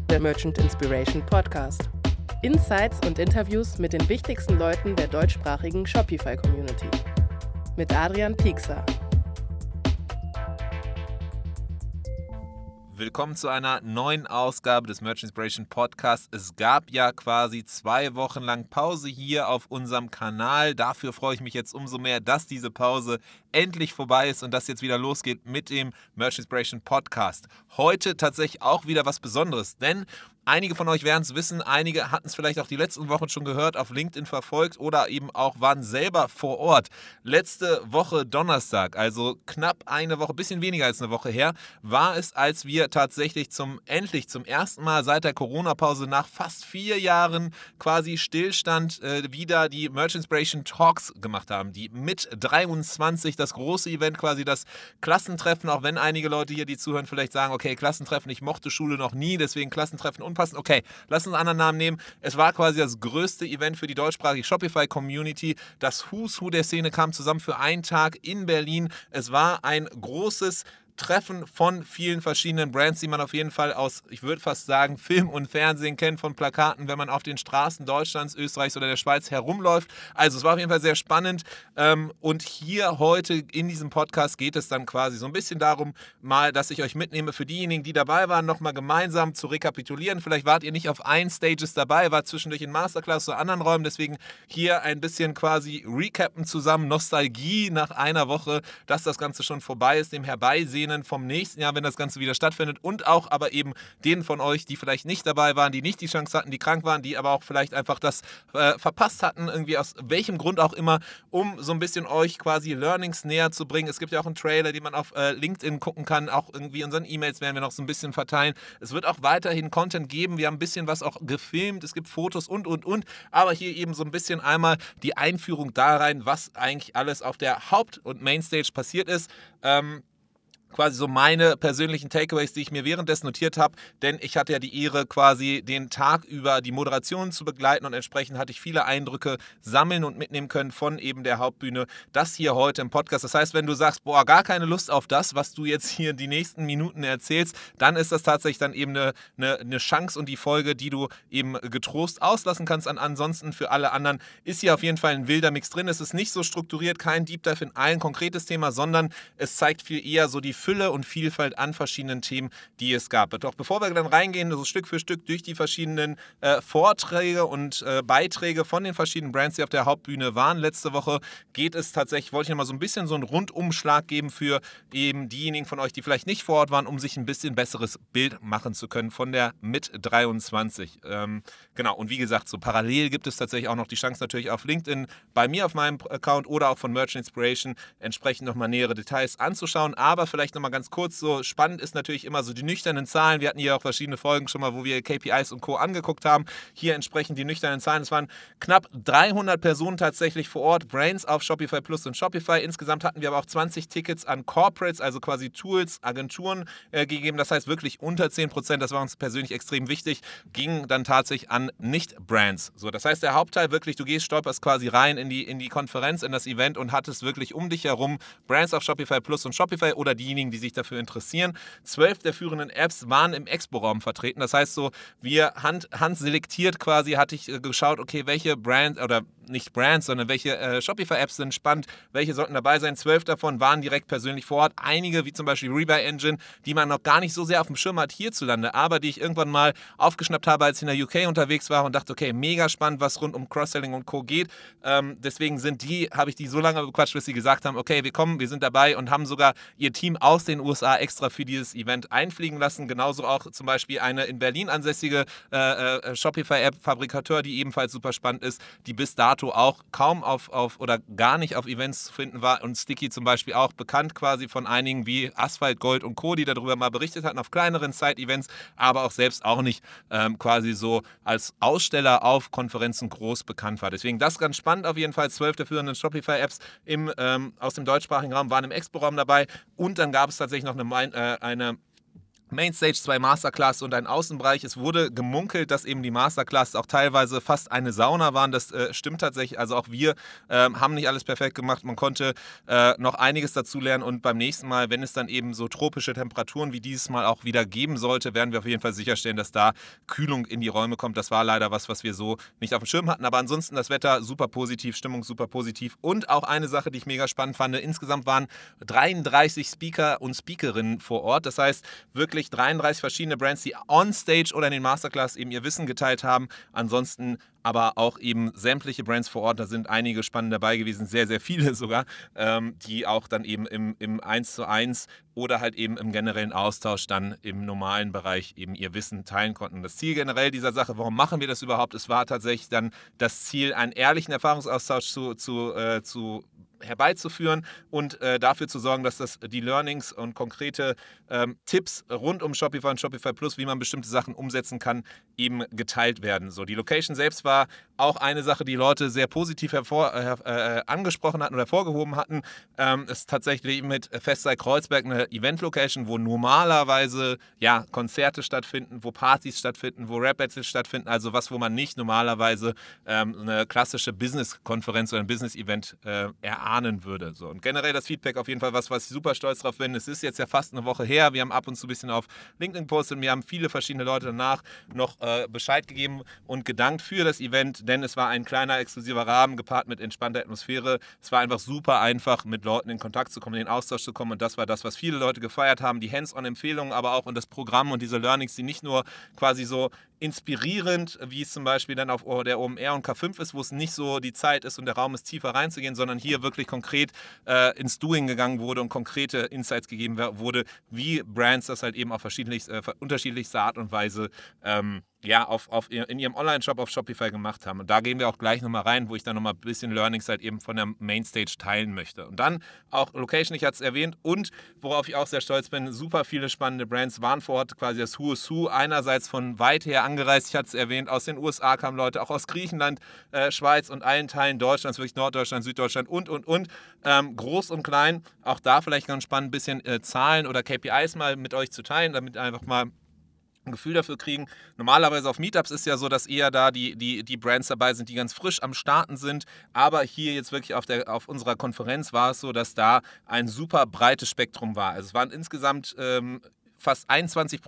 der Merchant Inspiration Podcast. Insights und Interviews mit den wichtigsten Leuten der deutschsprachigen Shopify-Community. Mit Adrian Piekser. Willkommen zu einer neuen Ausgabe des Merchant Inspiration Podcasts. Es gab ja quasi 2 Wochen lang Pause hier auf unserem Kanal. Dafür freue ich mich jetzt umso mehr, dass diese Pause endlich vorbei ist und dass jetzt wieder losgeht mit dem Merchant Inspiration Podcast. Heute tatsächlich auch wieder was Besonderes, denn einige von euch werden es wissen, einige hatten es vielleicht auch die letzten Wochen schon gehört, auf LinkedIn verfolgt oder eben auch waren selber vor Ort. Letzte Woche Donnerstag, also knapp eine Woche, bisschen weniger als eine Woche her, war es, als wir tatsächlich endlich zum ersten Mal seit der Corona-Pause nach fast 4 Jahren quasi Stillstand wieder die Merchant Inspiration Talks gemacht haben. Die mit 23, das große Event, quasi das Klassentreffen, auch wenn einige Leute hier, die zuhören, vielleicht sagen, okay, Klassentreffen, ich mochte Schule noch nie, deswegen Klassentreffen unpassend. Okay, lass uns einen anderen Namen nehmen. Es war quasi das größte Event für die deutschsprachige Shopify-Community. Das Who's Who der Szene kam zusammen für einen Tag in Berlin. Es war ein großes Treffen von vielen verschiedenen Brands, die man auf jeden Fall aus, ich würde fast sagen, Film und Fernsehen kennt, von Plakaten, wenn man auf den Straßen Deutschlands, Österreichs oder der Schweiz herumläuft. Also es war auf jeden Fall sehr spannend und hier heute in diesem Podcast geht es dann quasi so ein bisschen darum, mal, dass ich euch mitnehme für diejenigen, die dabei waren, nochmal gemeinsam zu rekapitulieren. Vielleicht wart ihr nicht auf allen Stages dabei, wart zwischendurch in Masterclass oder anderen Räumen, deswegen hier ein bisschen quasi recappen zusammen, Nostalgie nach einer Woche, dass das Ganze schon vorbei ist, dem Herbeisehen vom nächsten Jahr, wenn das Ganze wieder stattfindet und auch aber eben denen von euch, die vielleicht nicht dabei waren, die nicht die Chance hatten, die krank waren, die aber auch vielleicht einfach das verpasst hatten, irgendwie aus welchem Grund auch immer, um so ein bisschen euch quasi Learnings näher zu bringen. Es gibt ja auch einen Trailer, den man auf LinkedIn gucken kann, auch irgendwie unseren E-Mails werden wir noch so ein bisschen verteilen. Es wird auch weiterhin Content geben, wir haben ein bisschen was auch gefilmt, es gibt Fotos und, aber hier eben so ein bisschen einmal die Einführung da rein, was eigentlich alles auf der Haupt- und Mainstage passiert ist. Quasi so meine persönlichen Takeaways, die ich mir währenddessen notiert habe, denn ich hatte ja die Ehre, quasi den Tag über die Moderation zu begleiten und entsprechend hatte ich viele Eindrücke sammeln und mitnehmen können von eben der Hauptbühne. Das hier heute im Podcast. Das heißt, wenn du sagst, boah, gar keine Lust auf das, was du jetzt hier die nächsten Minuten erzählst, dann ist das tatsächlich dann eben eine Chance und die Folge, die du eben getrost auslassen kannst. Ansonsten für alle anderen ist hier auf jeden Fall ein wilder Mix drin. Es ist nicht so strukturiert, kein Deep Dive in ein konkretes Thema, sondern es zeigt viel eher so die Fülle und Vielfalt an verschiedenen Themen, die es gab. Doch bevor wir dann reingehen, so Stück für Stück durch die verschiedenen Vorträge und Beiträge von den verschiedenen Brands, die auf der Hauptbühne waren letzte Woche, wollte ich nochmal so ein bisschen so einen Rundumschlag geben für eben diejenigen von euch, die vielleicht nicht vor Ort waren, um sich ein bisschen besseres Bild machen zu können von der mit 23. Genau, und wie gesagt, so parallel gibt es tatsächlich auch noch die Chance natürlich auf LinkedIn, bei mir auf meinem Account oder auch von Merchant Inspiration entsprechend nochmal nähere Details anzuschauen, aber vielleicht nochmal ganz kurz, so spannend ist natürlich immer so die nüchternen Zahlen. Wir hatten hier auch verschiedene Folgen schon mal, wo wir KPIs und Co. angeguckt haben. Hier entsprechend die nüchternen Zahlen. Es waren knapp 300 Personen tatsächlich vor Ort, Brains auf Shopify Plus und Shopify. Insgesamt hatten wir aber auch 20 Tickets an Corporates, also quasi Tools, Agenturen gegeben. Das heißt wirklich unter 10%, das war uns persönlich extrem wichtig, ging dann tatsächlich an Nicht-Brands. So, das heißt, der Hauptteil wirklich, du stolperst quasi rein in die Konferenz, in das Event und hattest wirklich um dich herum Brands auf Shopify Plus und Shopify oder diejenigen, die sich dafür interessieren. 12 der führenden Apps waren im Expo-Raum vertreten. Das heißt so, wir handselektiert quasi, hatte ich geschaut, okay, welche Brands oder nicht Brands, sondern welche Shopify-Apps sind spannend, welche sollten dabei sein. 12 davon waren direkt persönlich vor Ort. Einige, wie zum Beispiel Rebuy Engine, die man noch gar nicht so sehr auf dem Schirm hat hierzulande, aber die ich irgendwann mal aufgeschnappt habe, als ich in der UK unterwegs war und dachte, okay, mega spannend, was rund um Cross-Selling und Co. geht. Deswegen habe ich die so lange bequatscht, bis sie gesagt haben, okay, wir sind dabei und haben sogar ihr Team aus den USA extra für dieses Event einfliegen lassen. Genauso auch zum Beispiel eine in Berlin ansässige Shopify-App-Fabrikateur, die ebenfalls super spannend ist, die bis dato auch kaum auf oder gar nicht auf Events zu finden war und Sticky zum Beispiel auch bekannt quasi von einigen wie Asphalt, Gold und Co., die darüber mal berichtet hatten auf kleineren Side-Events, aber auch selbst auch nicht quasi so als Aussteller auf Konferenzen groß bekannt war. Deswegen das ganz spannend auf jeden Fall. 12 der führenden Shopify-Apps aus dem deutschsprachigen Raum waren im Expo-Raum dabei und dann gab es tatsächlich noch eine Mainstage, 2 Masterclass und ein Außenbereich. Es wurde gemunkelt, dass eben die Masterclass auch teilweise fast eine Sauna waren. Das stimmt tatsächlich. Also auch wir haben nicht alles perfekt gemacht. Man konnte noch einiges dazulernen und beim nächsten Mal, wenn es dann eben so tropische Temperaturen wie dieses Mal auch wieder geben sollte, werden wir auf jeden Fall sicherstellen, dass da Kühlung in die Räume kommt. Das war leider was wir so nicht auf dem Schirm hatten. Aber ansonsten das Wetter super positiv, Stimmung super positiv und auch eine Sache, die ich mega spannend fand. Insgesamt waren 33 Speaker und Speakerinnen vor Ort. Das heißt, wirklich 33 verschiedene Brands, die on Stage oder in den Masterclass eben ihr Wissen geteilt haben. Ansonsten aber auch eben sämtliche Brands vor Ort. Da sind einige spannend dabei gewesen, sehr, sehr viele sogar, die auch dann eben im 1:1 oder halt eben im generellen Austausch dann im normalen Bereich eben ihr Wissen teilen konnten. Das Ziel generell dieser Sache, warum machen wir das überhaupt? Es war tatsächlich dann das Ziel, einen ehrlichen Erfahrungsaustausch zu herbeizuführen und dafür zu sorgen, dass die Learnings und konkrete Tipps rund um Shopify und Shopify Plus, wie man bestimmte Sachen umsetzen kann, eben geteilt werden. So, die Location selbst war auch eine Sache, die Leute sehr positiv angesprochen hatten oder hervorgehoben hatten. Es ist tatsächlich mit Festzeit Kreuzberg eine Event-Location, wo normalerweise Konzerte stattfinden, wo Partys stattfinden, wo Rap-Battles stattfinden, also wo man nicht normalerweise eine klassische Business-Konferenz oder ein Business-Event erahnen würde. So. Und generell das Feedback auf jeden Fall was ich super stolz drauf bin. Es ist jetzt ja fast eine Woche her. Wir haben ab und zu ein bisschen auf LinkedIn gepostet. Mir haben viele verschiedene Leute danach noch Bescheid gegeben und gedankt für das Event, denn es war ein kleiner, exklusiver Rahmen gepaart mit entspannter Atmosphäre. Es war einfach super einfach, mit Leuten in Kontakt zu kommen, in den Austausch zu kommen und das war das, was viele Leute gefeiert haben. Die Hands-on-Empfehlungen aber auch und das Programm und diese Learnings, die nicht nur quasi so inspirierend, wie es zum Beispiel dann auf der OMR und K5 ist, wo es nicht so die Zeit ist und der Raum ist, tiefer reinzugehen, sondern hier wirklich konkret ins Doing gegangen wurde und konkrete Insights gegeben wurde, wie Brands das halt eben auf unterschiedlichste Art und Weise in ihrem Online-Shop auf Shopify gemacht haben. Und da gehen wir auch gleich nochmal rein, wo ich dann nochmal ein bisschen Learnings halt eben von der Mainstage teilen möchte. Und dann auch Location, ich hatte es erwähnt und worauf ich auch sehr stolz bin, super viele spannende Brands waren vor Ort, quasi das Who is Who, einerseits von weit her angereist, ich hatte es erwähnt, aus den USA kamen Leute, auch aus Griechenland, Schweiz und allen Teilen Deutschlands, wirklich Norddeutschland, Süddeutschland und. Groß und klein, auch da vielleicht ganz spannend, ein bisschen Zahlen oder KPIs mal mit euch zu teilen, damit einfach mal ein Gefühl dafür kriegen. Normalerweise auf Meetups ist ja so, dass eher da die Brands dabei sind, die ganz frisch am Starten sind. Aber hier jetzt wirklich auf unserer Konferenz war es so, dass da ein super breites Spektrum war. Also es waren insgesamt fast 21%,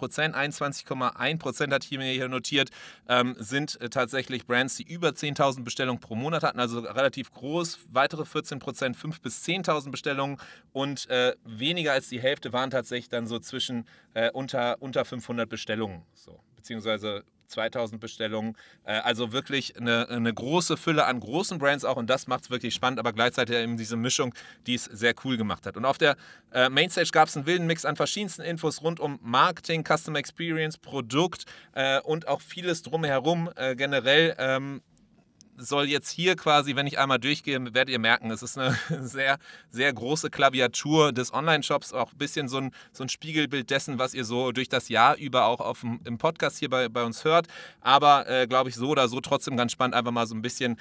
21,1% hat mir hier notiert, sind tatsächlich Brands, die über 10.000 Bestellungen pro Monat hatten, also relativ groß. Weitere 14%, 5.000 bis 10.000 Bestellungen und weniger als die Hälfte waren tatsächlich dann so zwischen unter 500 Bestellungen, so, beziehungsweise 2000 Bestellungen, also wirklich eine große Fülle an großen Brands auch und das macht es wirklich spannend, aber gleichzeitig eben diese Mischung, die es sehr cool gemacht hat. Und auf der Mainstage gab es einen wilden Mix an verschiedensten Infos rund um Marketing, Customer Experience, Produkt und auch vieles drumherum generell. Soll jetzt hier quasi, wenn ich einmal durchgehe, werdet ihr merken, es ist eine sehr, sehr große Klaviatur des Online-Shops, auch ein bisschen so ein Spiegelbild dessen, was ihr so durch das Jahr über auch im Podcast hier bei uns hört. Aber, glaube ich, so oder so trotzdem ganz spannend, einfach mal so ein bisschen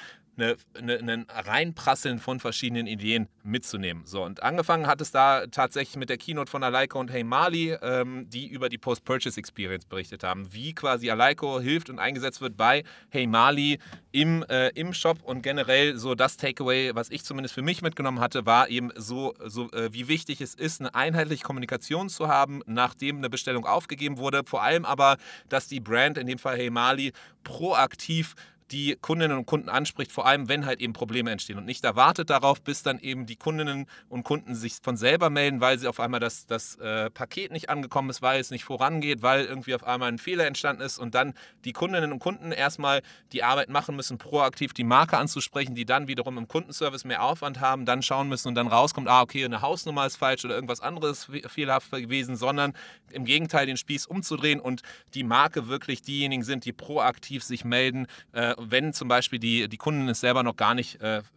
ein Reinprasseln von verschiedenen Ideen mitzunehmen. So, und angefangen hat es da tatsächlich mit der Keynote von Aleiko und Hey Mali, die über die Post-Purchase Experience berichtet haben, wie quasi Aleiko hilft und eingesetzt wird bei Hey Mali im Shop und generell so das Takeaway, was ich zumindest für mich mitgenommen hatte, war eben so wie wichtig es ist, eine einheitliche Kommunikation zu haben, nachdem eine Bestellung aufgegeben wurde, vor allem aber, dass die Brand, in dem Fall Hey Mali, proaktiv die Kundinnen und Kunden anspricht, vor allem wenn halt eben Probleme entstehen und nicht erwartet darauf, bis dann eben die Kundinnen und Kunden sich von selber melden, weil sie auf einmal das Paket nicht angekommen ist, weil es nicht vorangeht, weil irgendwie auf einmal ein Fehler entstanden ist und dann die Kundinnen und Kunden erstmal die Arbeit machen müssen, proaktiv die Marke anzusprechen, die dann wiederum im Kundenservice mehr Aufwand haben, dann schauen müssen und dann rauskommt, okay, eine Hausnummer ist falsch oder irgendwas anderes fehlerhaft gewesen, sondern im Gegenteil den Spieß umzudrehen und die Marke wirklich diejenigen sind, die proaktiv sich melden, wenn zum Beispiel die Kunden es selber noch gar nicht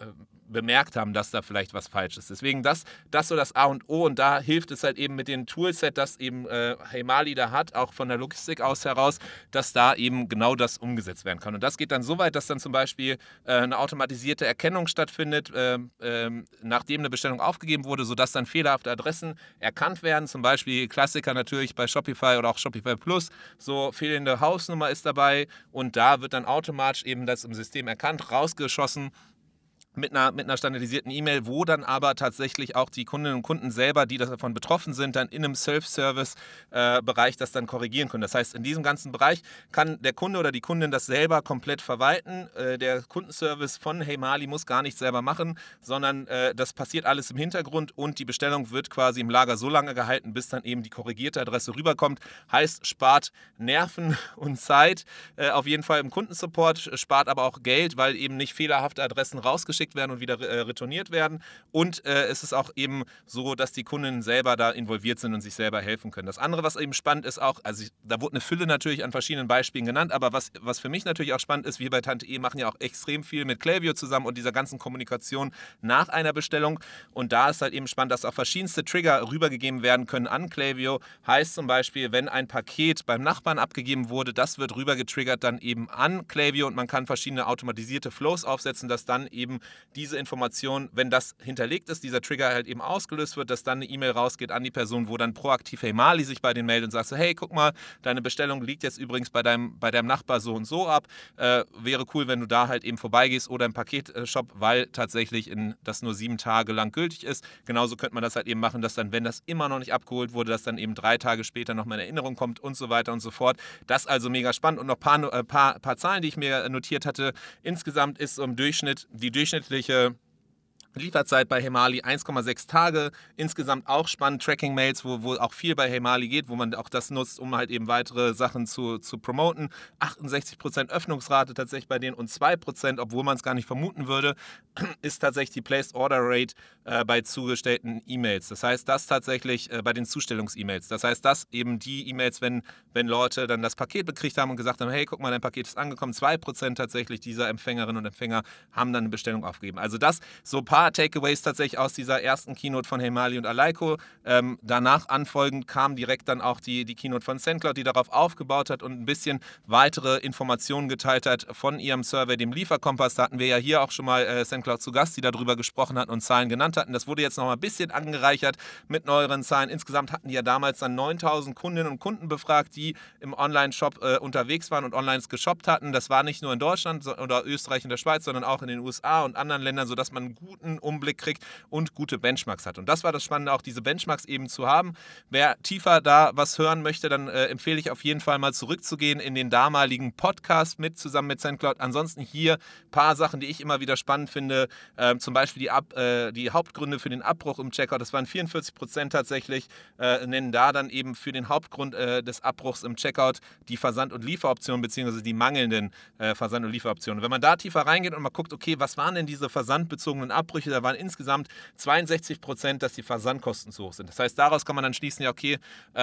bemerkt haben, dass da vielleicht was falsch ist. Deswegen das so das A und O und da hilft es halt eben mit dem Toolset, das eben Heymarli da hat, auch von der Logistik aus heraus, dass da eben genau das umgesetzt werden kann. Und das geht dann so weit, dass dann zum Beispiel eine automatisierte Erkennung stattfindet, nachdem eine Bestellung aufgegeben wurde, sodass dann fehlerhafte Adressen erkannt werden. Zum Beispiel Klassiker natürlich bei Shopify oder auch Shopify Plus, so fehlende Hausnummer ist dabei und da wird dann automatisch eben das im System erkannt, rausgeschossen mit einer standardisierten E-Mail, wo dann aber tatsächlich auch die Kundinnen und Kunden selber, die davon betroffen sind, dann in einem Self-Service-Bereich das dann korrigieren können. Das heißt, in diesem ganzen Bereich kann der Kunde oder die Kundin das selber komplett verwalten. Der Kundenservice von Heymarli muss gar nichts selber machen, sondern das passiert alles im Hintergrund und die Bestellung wird quasi im Lager so lange gehalten, bis dann eben die korrigierte Adresse rüberkommt. Heißt, spart Nerven und Zeit, auf jeden Fall im Kundensupport, spart aber auch Geld, weil eben nicht fehlerhafte Adressen rausgeschickt werden und wieder retourniert werden. Und es ist auch eben so, dass die Kunden selber da involviert sind und sich selber helfen können. Das andere, was eben spannend ist auch, also da wurde eine Fülle natürlich an verschiedenen Beispielen genannt, aber was für mich natürlich auch spannend ist, wir bei Tante E machen ja auch extrem viel mit Klaviyo zusammen und dieser ganzen Kommunikation nach einer Bestellung. Und da ist halt eben spannend, dass auch verschiedenste Trigger rübergegeben werden können an Klaviyo. Heißt zum Beispiel, wenn ein Paket beim Nachbarn abgegeben wurde, das wird rübergetriggert dann eben an Klaviyo und man kann verschiedene automatisierte Flows aufsetzen, dass dann eben diese Information, wenn das hinterlegt ist, dieser Trigger halt eben ausgelöst wird, dass dann eine E-Mail rausgeht an die Person, wo dann proaktiv Heymarli sich bei denen meldet und sagt so, hey, guck mal, deine Bestellung liegt jetzt übrigens bei deinem Nachbar so und so ab. Wäre cool, wenn du da halt eben vorbeigehst oder im Paketshop, weil tatsächlich das nur 7 Tage lang gültig ist. Genauso könnte man das halt eben machen, dass dann, wenn das immer noch nicht abgeholt wurde, dass dann eben 3 Tage später nochmal eine Erinnerung kommt und so weiter und so fort. Das ist also mega spannend und noch ein paar Zahlen, die ich mir notiert hatte. Insgesamt ist im Durchschnitt die durchschnittliche Lieferzeit bei Heymarli 1,6 Tage. Insgesamt auch spannend, Tracking-Mails, wo auch viel bei Heymarli geht, wo man auch das nutzt, um halt eben weitere Sachen zu promoten. 68% Öffnungsrate tatsächlich bei denen und 2%, obwohl man es gar nicht vermuten würde, ist tatsächlich die Placed Order Rate bei zugestellten E-Mails. Das heißt, das tatsächlich bei den Zustellungs-E-Mails. Das heißt, dass eben die E-Mails, wenn Leute dann das Paket bekriegt haben und gesagt haben, hey, guck mal, dein Paket ist angekommen, 2% tatsächlich dieser Empfängerinnen und Empfänger haben dann eine Bestellung aufgegeben. Also das, so ein paar Takeaways tatsächlich aus dieser ersten Keynote von Heymarli und Aleiko. Danach anfolgend kam direkt dann auch die Keynote von SendCloud, die darauf aufgebaut hat und ein bisschen weitere Informationen geteilt hat von ihrem Survey, dem Lieferkompass. Da hatten wir ja hier auch schon mal SendCloud zu Gast, die darüber gesprochen hatten und Zahlen genannt hatten. Das wurde jetzt noch mal ein bisschen angereichert mit neueren Zahlen. Insgesamt hatten die ja damals dann 9.000 Kundinnen und Kunden befragt, die im Online-Shop unterwegs waren und online geshoppt hatten. Das war nicht nur in Deutschland oder Österreich und der Schweiz, sondern auch in den USA und anderen Ländern, sodass man einen guten Umblick kriegt und gute Benchmarks hat. Und das war das Spannende, auch diese Benchmarks eben zu haben. Wer tiefer da was hören möchte, dann empfehle ich auf jeden Fall mal zurückzugehen in den damaligen Podcast zusammen mit SendCloud. Ansonsten hier ein paar Sachen, die ich immer wieder spannend finde. Zum Beispiel die Hauptgründe für den Abbruch im Checkout. Das waren 44% tatsächlich, nennen da dann eben für den Hauptgrund des Abbruchs im Checkout die Versand- und Lieferoptionen bzw. die mangelnden Versand- und Lieferoptionen. Wenn man da tiefer reingeht und mal guckt, okay, was waren denn diese versandbezogenen Abbrüche? Da waren insgesamt 62%, dass die Versandkosten zu hoch sind. Das heißt, daraus kann man dann schließen, ja okay,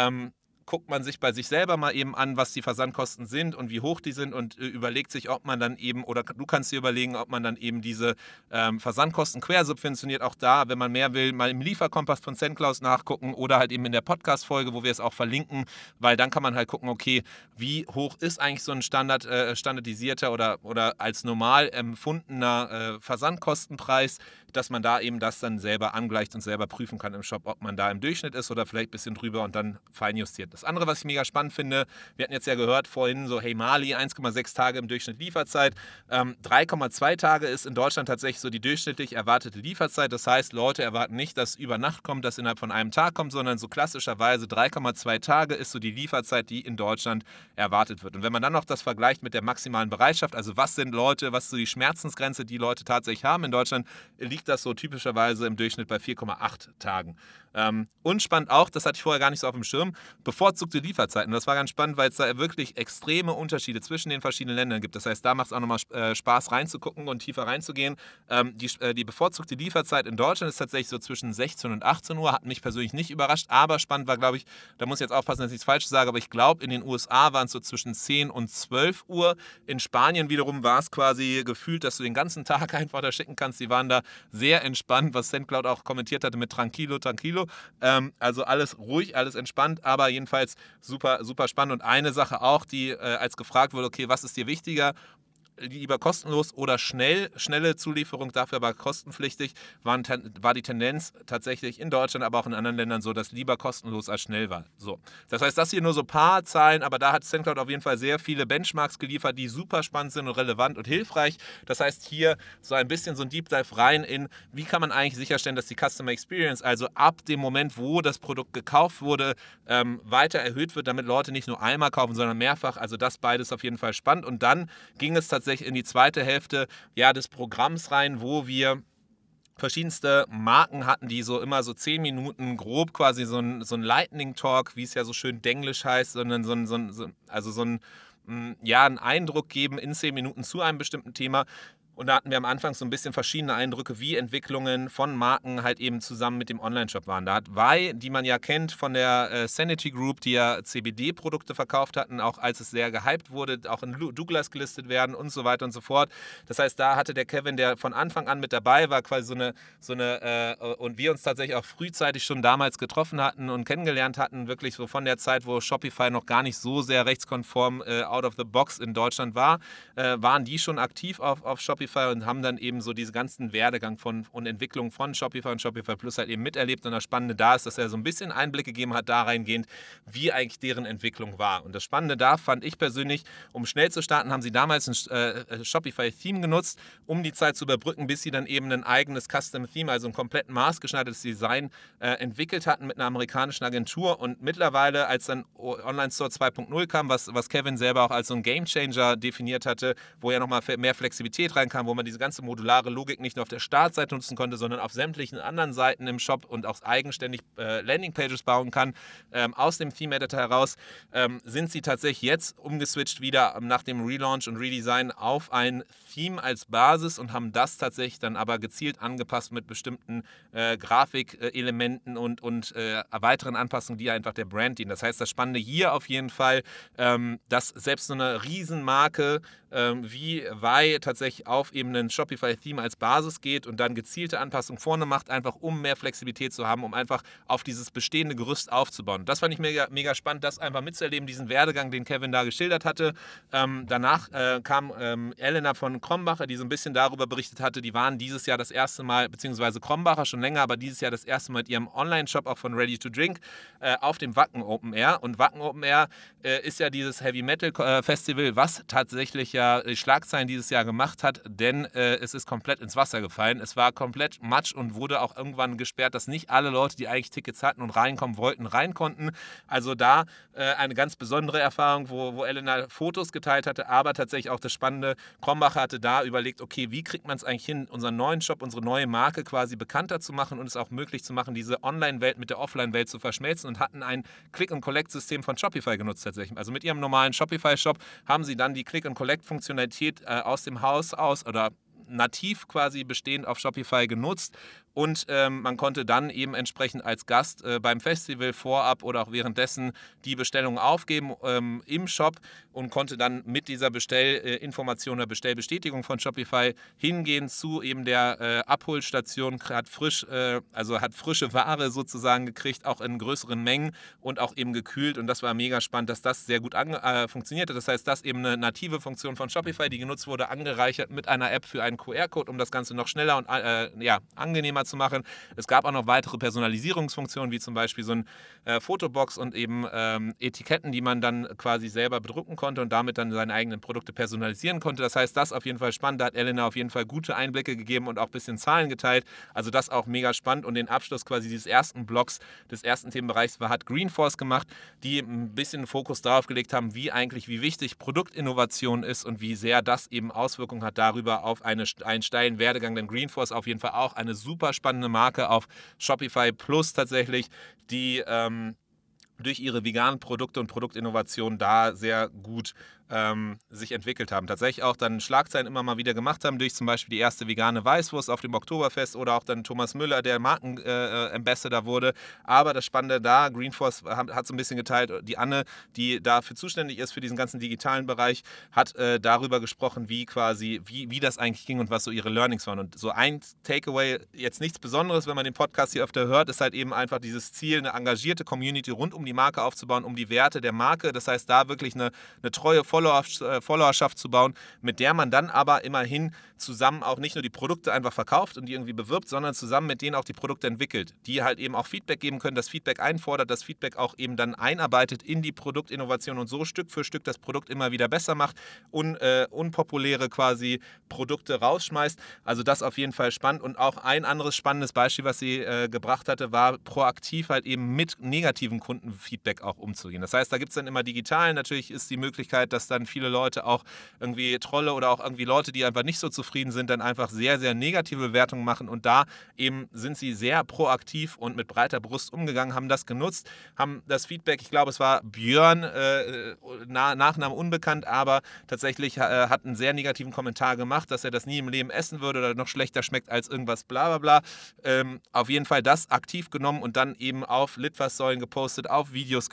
guckt man sich bei sich selber mal eben an, was die Versandkosten sind und wie hoch die sind und überlegt sich, ob man dann eben, oder du kannst dir überlegen, ob man dann eben diese Versandkosten quersubventioniert. Auch da, wenn man mehr will, mal im Lieferkompass von SendCloud nachgucken oder halt eben in der Podcast-Folge, wo wir es auch verlinken, weil dann kann man halt gucken, okay, wie hoch ist eigentlich so ein standardisierter oder als normal empfundener Versandkostenpreis, dass man da eben das dann selber angleicht und selber prüfen kann im Shop, ob man da im Durchschnitt ist oder vielleicht ein bisschen drüber und dann feinjustiert. Das andere, was ich mega spannend finde, wir hatten jetzt ja gehört vorhin so Heymarli, 1,6 Tage im Durchschnitt Lieferzeit, 3,2 Tage ist in Deutschland tatsächlich so die durchschnittlich erwartete Lieferzeit. Das heißt, Leute erwarten nicht, dass über Nacht kommt, dass innerhalb von einem Tag kommt, sondern so klassischerweise 3,2 Tage ist so die Lieferzeit, die in Deutschland erwartet wird. Und wenn man dann noch das vergleicht mit der maximalen Bereitschaft, also was sind Leute, was ist so die Schmerzensgrenze, die Leute tatsächlich haben in Deutschland, liegt das so typischerweise im Durchschnitt bei 4,8 Tagen. Und spannend auch, das hatte ich vorher gar nicht so auf dem Schirm, bevorzugte Lieferzeiten. Und das war ganz spannend, weil es da wirklich extreme Unterschiede zwischen den verschiedenen Ländern gibt. Das heißt, da macht es auch nochmal Spaß reinzugucken und tiefer reinzugehen. Die bevorzugte Lieferzeit in Deutschland ist tatsächlich so zwischen 16 und 18 Uhr. Hat mich persönlich nicht überrascht, aber spannend war, glaube ich, da muss ich jetzt aufpassen, dass ich nichts Falsches sage, aber ich glaube, in den USA waren es so zwischen 10 und 12 Uhr. In Spanien wiederum war es quasi gefühlt, dass du den ganzen Tag einfach da schicken kannst. Die waren da sehr entspannt, was SendCloud auch kommentiert hatte mit tranquilo. Also alles ruhig, alles entspannt, aber jedenfalls super, super spannend. Und eine Sache auch, die als gefragt wurde, okay, was ist dir wichtiger? Lieber kostenlos oder schnelle Zulieferung, dafür aber kostenpflichtig, war die Tendenz tatsächlich in Deutschland, aber auch in anderen Ländern so, dass lieber kostenlos als schnell war. So. Das heißt, das hier nur so ein paar Zahlen, aber da hat SendCloud auf jeden Fall sehr viele Benchmarks geliefert, die super spannend sind und relevant und hilfreich. Das heißt, hier so ein bisschen so ein Deep Dive rein in, wie kann man eigentlich sicherstellen, dass die Customer Experience, also ab dem Moment, wo das Produkt gekauft wurde, weiter erhöht wird, damit Leute nicht nur einmal kaufen, sondern mehrfach. Also das beides auf jeden Fall spannend. Und dann ging es tatsächlich in die zweite Hälfte des Programms rein, wo wir verschiedenste Marken hatten, die so immer so 10 Minuten grob quasi so ein Lightning Talk, wie es ja so schön denglisch heißt, sondern einen Eindruck geben in 10 Minuten zu einem bestimmten Thema. Und da hatten wir am Anfang so ein bisschen verschiedene Eindrücke, wie Entwicklungen von Marken halt eben zusammen mit dem Online-Shop waren. Da hat Vi, die man ja kennt von der Sanity Group, die ja CBD-Produkte verkauft hatten, auch als es sehr gehypt wurde, auch in Douglas gelistet werden und so weiter und so fort. Das heißt, da hatte der Kevin, der von Anfang an mit dabei war, quasi und wir uns tatsächlich auch frühzeitig schon damals getroffen hatten und kennengelernt hatten, wirklich so von der Zeit, wo Shopify noch gar nicht so sehr rechtskonform out of the box in Deutschland war, waren die schon aktiv auf Shopify und haben dann eben so diesen ganzen Werdegang und Entwicklung von Shopify und Shopify Plus halt eben miterlebt. Und das Spannende da ist, dass er so ein bisschen Einblick gegeben hat da reingehend, wie eigentlich deren Entwicklung war. Und das Spannende da fand ich persönlich, um schnell zu starten, haben sie damals ein Shopify-Theme genutzt, um die Zeit zu überbrücken, bis sie dann eben ein eigenes Custom-Theme, also ein komplett maßgeschneidertes Design entwickelt hatten mit einer amerikanischen Agentur. Und mittlerweile, als dann Online-Store 2.0 kam, was Kevin selber auch als so ein Game-Changer definiert hatte, wo ja nochmal mehr Flexibilität reinkam, wo man diese ganze modulare Logik nicht nur auf der Startseite nutzen konnte, sondern auf sämtlichen anderen Seiten im Shop und auch eigenständig Landingpages bauen kann. Aus dem Theme-Editor heraus sind sie tatsächlich jetzt umgeswitcht wieder nach dem Relaunch und Redesign auf ein Theme als Basis und haben das tatsächlich dann aber gezielt angepasst mit bestimmten Grafikelementen und weiteren Anpassungen, die einfach der Brand dienen. Das heißt, das Spannende hier auf jeden Fall, dass selbst so eine Riesenmarke wie Vi tatsächlich auf eben ein Shopify-Theme als Basis geht und dann gezielte Anpassungen vorne macht, einfach um mehr Flexibilität zu haben, um einfach auf dieses bestehende Gerüst aufzubauen. Das fand ich mega, mega spannend, das einfach mitzuerleben, diesen Werdegang, den Kevin da geschildert hatte. Danach kam Elena von Krombacher, die so ein bisschen darüber berichtet hatte, die waren dieses Jahr das erste Mal, beziehungsweise Krombacher schon länger, aber dieses Jahr das erste Mal mit ihrem Online-Shop auch von Ready to Drink auf dem Wacken Open Air. Und Wacken Open Air ist ja dieses Heavy Metal Festival, was tatsächlich ja Schlagzeilen dieses Jahr gemacht hat, denn es ist komplett ins Wasser gefallen. Es war komplett Matsch und wurde auch irgendwann gesperrt, dass nicht alle Leute, die eigentlich Tickets hatten und reinkommen wollten, rein konnten. Also da eine ganz besondere Erfahrung, wo Elena Fotos geteilt hatte, aber tatsächlich auch das Spannende, Krombacher hatte da überlegt, okay, wie kriegt man es eigentlich hin, unseren neuen Shop, unsere neue Marke quasi bekannter zu machen und es auch möglich zu machen, diese Online-Welt mit der Offline-Welt zu verschmelzen und hatten ein Click-and-Collect-System von Shopify genutzt tatsächlich. Also mit ihrem normalen Shopify-Shop haben sie dann die Click-and-Collect-Funktionalität aus dem Haus aus oder nativ quasi bestehend auf Shopify genutzt und man konnte dann eben entsprechend als Gast beim Festival vorab oder auch währenddessen die Bestellung aufgeben im Shop und konnte dann mit dieser Bestellinformation oder Bestellbestätigung von Shopify hingehen zu eben der Abholstation, hat frische Ware sozusagen gekriegt, auch in größeren Mengen und auch eben gekühlt und das war mega spannend, dass das sehr gut funktionierte. Das heißt, das eben eine native Funktion von Shopify, die genutzt wurde, angereichert mit einer App für einen QR-Code, um das Ganze noch schneller und angenehmer zu machen. Es gab auch noch weitere Personalisierungsfunktionen, wie zum Beispiel so ein Fotobox und eben Etiketten, die man dann quasi selber bedrucken konnte und damit dann seine eigenen Produkte personalisieren konnte. Das heißt, das auf jeden Fall spannend. Da hat Elena auf jeden Fall gute Einblicke gegeben und auch ein bisschen Zahlen geteilt. Also das auch mega spannend und den Abschluss quasi dieses ersten Blocks, des ersten Themenbereichs hat Greenforce gemacht, die ein bisschen Fokus darauf gelegt haben, wie wichtig Produktinnovation ist und wie sehr das eben Auswirkungen hat darüber auf einen steilen Werdegang. Denn Greenforce auf jeden Fall auch eine super spannende Marke auf Shopify Plus tatsächlich, die durch ihre veganen Produkte und Produktinnovationen da sehr gut sich entwickelt haben. Tatsächlich auch dann Schlagzeilen immer mal wieder gemacht haben, durch zum Beispiel die erste vegane Weißwurst auf dem Oktoberfest oder auch dann Thomas Müller, der Markenambassador wurde. Aber das Spannende da, Greenforce hat so ein bisschen geteilt, die Anne, die dafür zuständig ist, für diesen ganzen digitalen Bereich, hat darüber gesprochen, wie das eigentlich ging und was so ihre Learnings waren. Und so ein Takeaway, jetzt nichts Besonderes, wenn man den Podcast hier öfter hört, ist halt eben einfach dieses Ziel, eine engagierte Community rund um die Marke aufzubauen, um die Werte der Marke. Das heißt, da wirklich eine treue Followerschaft zu bauen, mit der man dann aber immerhin zusammen auch nicht nur die Produkte einfach verkauft und die irgendwie bewirbt, sondern zusammen mit denen auch die Produkte entwickelt, die halt eben auch Feedback geben können, das Feedback einfordert, das Feedback auch eben dann einarbeitet in die Produktinnovation und so Stück für Stück das Produkt immer wieder besser macht und unpopuläre quasi Produkte rausschmeißt. Also das auf jeden Fall spannend. Und auch ein anderes spannendes Beispiel, was sie gebracht hatte, war proaktiv halt eben mit negativen Kundenfeedback auch umzugehen. Das heißt, da gibt es dann immer digital, natürlich ist die Möglichkeit, dass dann viele Leute auch irgendwie Trolle oder auch irgendwie Leute, die einfach nicht so zufrieden sind, dann einfach sehr, sehr negative Bewertungen machen und da eben sind sie sehr proaktiv und mit breiter Brust umgegangen, haben das genutzt, haben das Feedback, ich glaube es war Björn, Nachname unbekannt, aber tatsächlich hat einen sehr negativen Kommentar gemacht, dass er das nie im Leben essen würde oder noch schlechter schmeckt als irgendwas bla bla bla. Auf jeden Fall das aktiv genommen und dann eben auf Litfaßsäulen gepostet, auf Videos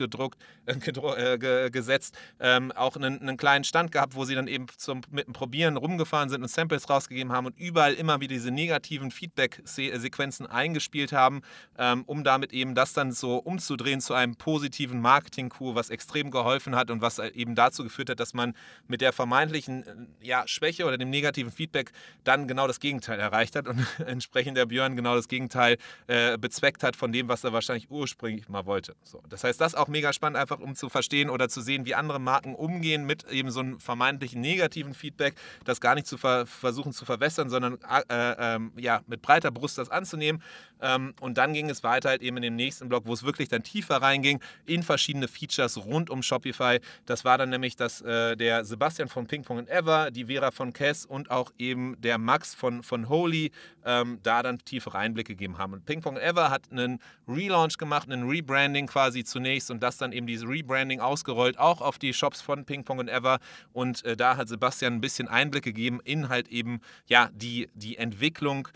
gesetzt, auch einen kleinen Stand gehabt, wo sie dann eben mit dem Probieren rumgefahren sind und Samples rausgegeben haben und überall immer wieder diese negativen Feedback-Sequenzen eingespielt haben, um damit eben das dann so umzudrehen zu einem positiven Marketing-Coup, was extrem geholfen hat und was eben dazu geführt hat, dass man mit der vermeintlichen Schwäche oder dem negativen Feedback dann genau das Gegenteil erreicht hat und entsprechend der Björn genau das Gegenteil bezweckt hat von dem, was er wahrscheinlich ursprünglich mal wollte. So, das heißt, das auch mega spannend, einfach um zu verstehen oder zu sehen, wie andere Marken umgehen mit eben so einem vermeintlichen negativen Feedback, das gar nicht zu versuchen zu verwässern, sondern mit breiter Brust das anzunehmen. Und dann ging es weiter halt eben in dem nächsten Block, wo es wirklich dann tiefer reinging in verschiedene Features rund um Shopify. Das war dann nämlich, dass der Sebastian von Ping-Pong&Ever, die Vera von Kess und auch eben der Max von Holy da dann tiefere Einblicke gegeben haben. Und Ping-Pong&Ever hat einen Relaunch gemacht, einen Rebranding quasi zunächst und das dann eben diese Rebranding ausgerollt, auch auf die Shops von Ping-Pong&Ever und da hat Sebastian ein bisschen Einblick gegeben in halt eben die Entwicklung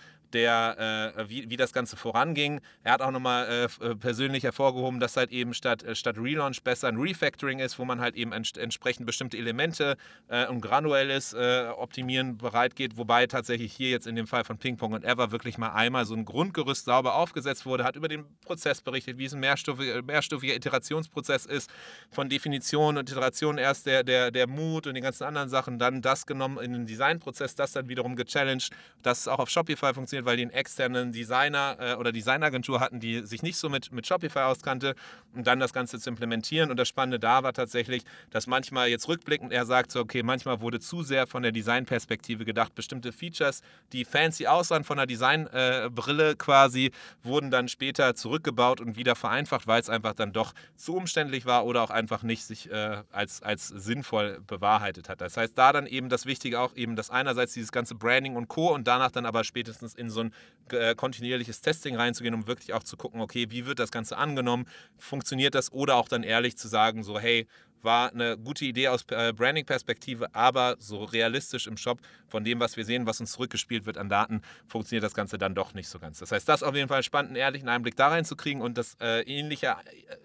wie das Ganze voranging. Er hat auch nochmal persönlich hervorgehoben, dass halt eben statt Relaunch besser ein Refactoring ist, wo man halt eben entsprechend bestimmte Elemente und granuelles Optimieren bereit geht, wobei tatsächlich hier jetzt in dem Fall von Ping-Pong&Ever wirklich mal einmal so ein Grundgerüst sauber aufgesetzt wurde, hat über den Prozess berichtet, wie es ein mehrstufiger Iterationsprozess ist, von Definition und Iteration erst der Mut und die ganzen anderen Sachen, dann das genommen in den Designprozess, das dann wiederum gechallenged, dass es auch auf Shopify funktioniert, weil die einen externen Designer oder Designagentur hatten, die sich nicht so mit Shopify auskannte, um dann das Ganze zu implementieren. Und das Spannende da war tatsächlich, dass manchmal jetzt rückblickend er sagt, so okay, manchmal wurde zu sehr von der Designperspektive gedacht, bestimmte Features, die fancy aussahen von der Designbrille quasi, wurden dann später zurückgebaut und wieder vereinfacht, weil es einfach dann doch zu umständlich war oder auch einfach nicht sich als sinnvoll bewahrheitet hat. Das heißt, da dann eben das Wichtige auch eben, dass einerseits dieses ganze Branding und Co. und danach dann aber spätestens in so ein kontinuierliches Testing reinzugehen, um wirklich auch zu gucken, okay, wie wird das Ganze angenommen, funktioniert das oder auch dann ehrlich zu sagen, so hey, war eine gute Idee aus Branding-Perspektive, aber so realistisch im Shop von dem, was wir sehen, was uns zurückgespielt wird an Daten, funktioniert das Ganze dann doch nicht so ganz. Das heißt, das auf jeden Fall spannend, einen ehrlichen Einblick da reinzukriegen und das ehrliche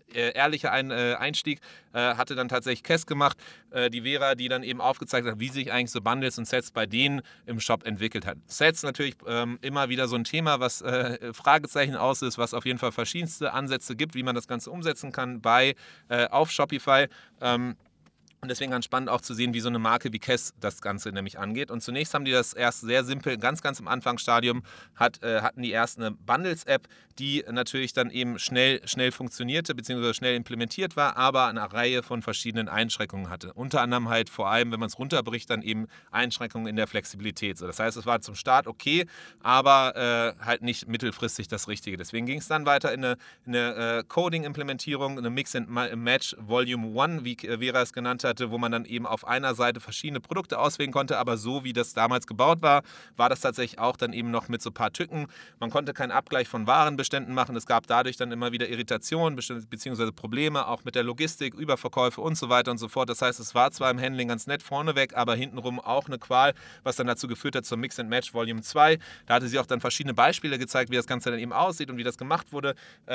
Einstieg hatte dann tatsächlich Kess gemacht, die Vera, die dann eben aufgezeigt hat, wie sich eigentlich so Bundles und Sets bei denen im Shop entwickelt hat. Sets natürlich immer wieder so ein Thema, was Fragezeichen aus ist, was auf jeden Fall verschiedenste Ansätze gibt, wie man das Ganze umsetzen kann auf Shopify. Und deswegen ganz spannend auch zu sehen, wie so eine Marke wie Kess das Ganze nämlich angeht. Und zunächst haben die das erst sehr simpel, ganz im Anfangsstadium hatten die erst eine Bundles-App, die natürlich dann eben schnell funktionierte, beziehungsweise schnell implementiert war, aber eine Reihe von verschiedenen Einschränkungen hatte. Unter anderem halt vor allem, wenn man es runterbricht, dann eben Einschränkungen in der Flexibilität. So, das heißt, es war zum Start okay, aber halt nicht mittelfristig das Richtige. Deswegen ging es dann weiter in eine Coding-Implementierung, eine Mix-and-Match Volume 1, wie Vera es genannt hat, hatte, wo man dann eben auf einer Seite verschiedene Produkte auswählen konnte, aber so wie das damals gebaut war, war das tatsächlich auch dann eben noch mit so ein paar Tücken. Man konnte keinen Abgleich von Warenbeständen machen, es gab dadurch dann immer wieder Irritationen bzw. Probleme, auch mit der Logistik, Überverkäufe und so weiter und so fort. Das heißt, es war zwar im Handling ganz nett vorneweg, aber hintenrum auch eine Qual, was dann dazu geführt hat zur Mix and Match Volume 2. Da hatte sie auch dann verschiedene Beispiele gezeigt, wie das Ganze dann eben aussieht und wie das gemacht wurde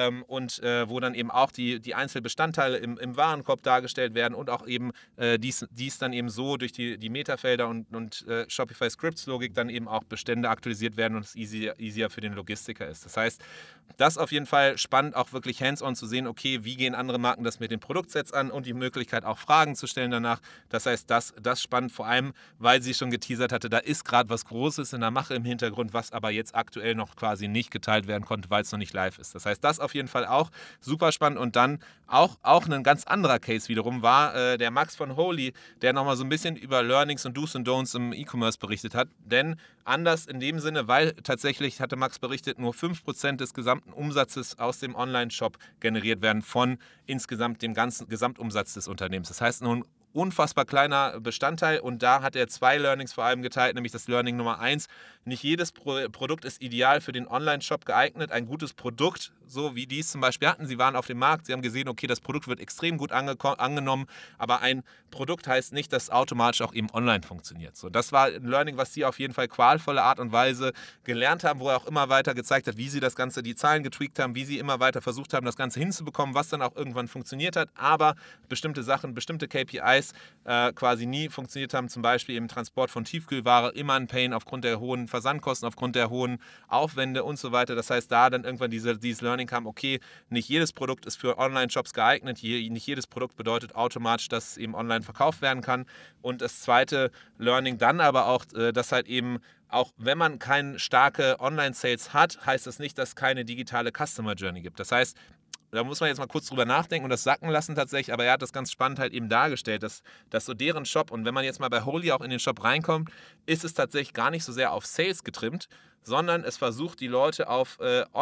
wo dann eben auch die Einzelbestandteile im Warenkorb dargestellt werden und auch eben dies dann eben so durch die Metafelder und Shopify Scripts Logik dann eben auch Bestände aktualisiert werden und es easier für den Logistiker ist. Das heißt, das auf jeden Fall spannend, auch wirklich hands-on zu sehen, okay, wie gehen andere Marken das mit den Produktsets an und die Möglichkeit auch Fragen zu stellen danach. Das heißt, das spannend, vor allem, weil sie schon geteasert hatte, da ist gerade was Großes in der Mache im Hintergrund, was aber jetzt aktuell noch quasi nicht geteilt werden konnte, weil es noch nicht live ist. Das heißt, das auf jeden Fall auch super spannend und dann auch ein ganz anderer Case wiederum war der Max von Holy, der nochmal so ein bisschen über Learnings und Do's und Don'ts im E-Commerce berichtet hat, denn anders in dem Sinne, weil tatsächlich, hatte Max berichtet, nur 5% des gesamten Umsatzes aus dem Online-Shop generiert werden von insgesamt dem ganzen Gesamtumsatz des Unternehmens. Das heißt, nur ein unfassbar kleiner Bestandteil und da hat er 2 Learnings vor allem geteilt, nämlich das Learning Nummer 1, nicht jedes Produkt ist ideal für den Online-Shop geeignet. Ein gutes Produkt, so wie die es zum Beispiel hatten, sie waren auf dem Markt, sie haben gesehen, okay, das Produkt wird extrem gut angenommen, aber ein Produkt heißt nicht, dass es automatisch auch eben online funktioniert. So, das war ein Learning, was sie auf jeden Fall qualvolle Art und Weise gelernt haben, wo er auch immer weiter gezeigt hat, wie sie das Ganze, die Zahlen getweakt haben, wie sie immer weiter versucht haben, das Ganze hinzubekommen, was dann auch irgendwann funktioniert hat, aber bestimmte Sachen, bestimmte KPIs quasi nie funktioniert haben, zum Beispiel im Transport von Tiefkühlware, immer ein Pain aufgrund der hohen Versandkosten, aufgrund der hohen Aufwände und so weiter. Das heißt, da dann irgendwann dieses Learning kam, okay, nicht jedes Produkt ist für Online-Shops geeignet, nicht jedes Produkt bedeutet automatisch, dass es eben online verkauft werden kann. Und das zweite Learning dann aber auch, dass halt eben auch wenn man keine starke Online-Sales hat, heißt das nicht, dass es keine digitale Customer Journey gibt. Das heißt, da muss man jetzt mal kurz drüber nachdenken und das sacken lassen tatsächlich, aber er hat das ganz spannend halt eben dargestellt, dass so deren Shop, und wenn man jetzt mal bei Holy auch in den Shop reinkommt, ist es tatsächlich gar nicht so sehr auf Sales getrimmt, sondern es versucht die Leute auf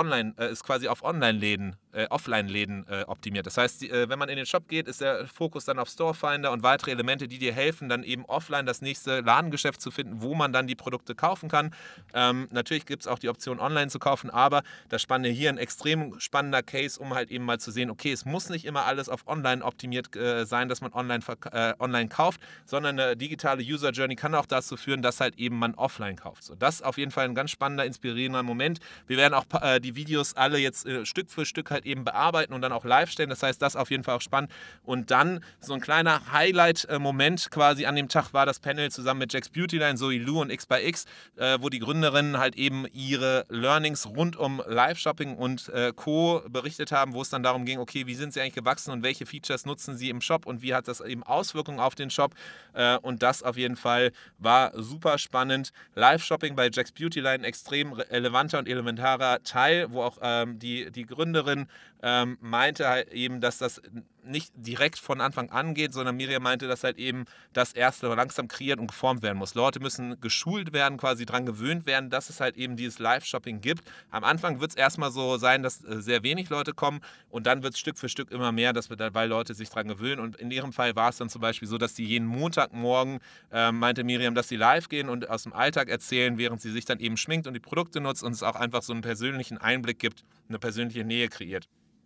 ist quasi auf Online-Läden, Offline-Läden optimiert. Das heißt, wenn man in den Shop geht, ist der Fokus dann auf Storefinder und weitere Elemente, die dir helfen, dann eben offline das nächste Ladengeschäft zu finden, wo man dann die Produkte kaufen kann. Natürlich gibt es auch die Option, online zu kaufen, aber das Spannende hier, ein extrem spannender Case, um halt eben mal zu sehen, okay, es muss nicht immer alles auf online optimiert sein, dass man online kauft, sondern eine digitale User Journey kann auch dazu führen, dass halt eben man offline kauft. So, das ist auf jeden Fall ein ganz spannender, inspirierender Moment. Wir werden auch die Videos alle jetzt Stück für Stück halt eben bearbeiten und dann auch live stellen. Das heißt, das auf jeden Fall auch spannend. Und dann so ein kleiner Highlight-Moment quasi an dem Tag war das Panel zusammen mit Jack's Beautyline, Zoe Lu und X wo die Gründerinnen halt eben ihre Learnings rund um Live-Shopping und Co. berichtet haben, wo es dann darum ging, okay, wie sind sie eigentlich gewachsen und welche Features nutzen sie im Shop und wie hat das eben Auswirkungen auf den Shop. Und das auf jeden Fall war super spannend. Live-Shopping bei Jack's Beautyline, extrem relevanter und elementarer Teil, wo auch die Gründerin meinte halt eben, dass das nicht direkt von Anfang an geht, sondern Miriam meinte, dass halt eben das erste langsam kreiert und geformt werden muss. Leute müssen geschult werden, quasi dran gewöhnt werden, dass es halt eben dieses Live-Shopping gibt. Am Anfang wird es erstmal so sein, dass sehr wenig Leute kommen und dann wird es Stück für Stück immer mehr, weil Leute sich dran gewöhnen. Und in ihrem Fall war es dann zum Beispiel so, dass die jeden Montagmorgen, meinte Miriam, dass sie live gehen und aus dem Alltag erzählen, während sie sich dann eben schminkt und die Produkte nutzt und es auch einfach so einen persönlichen Einblick gibt, eine persönliche Nähe kreiert.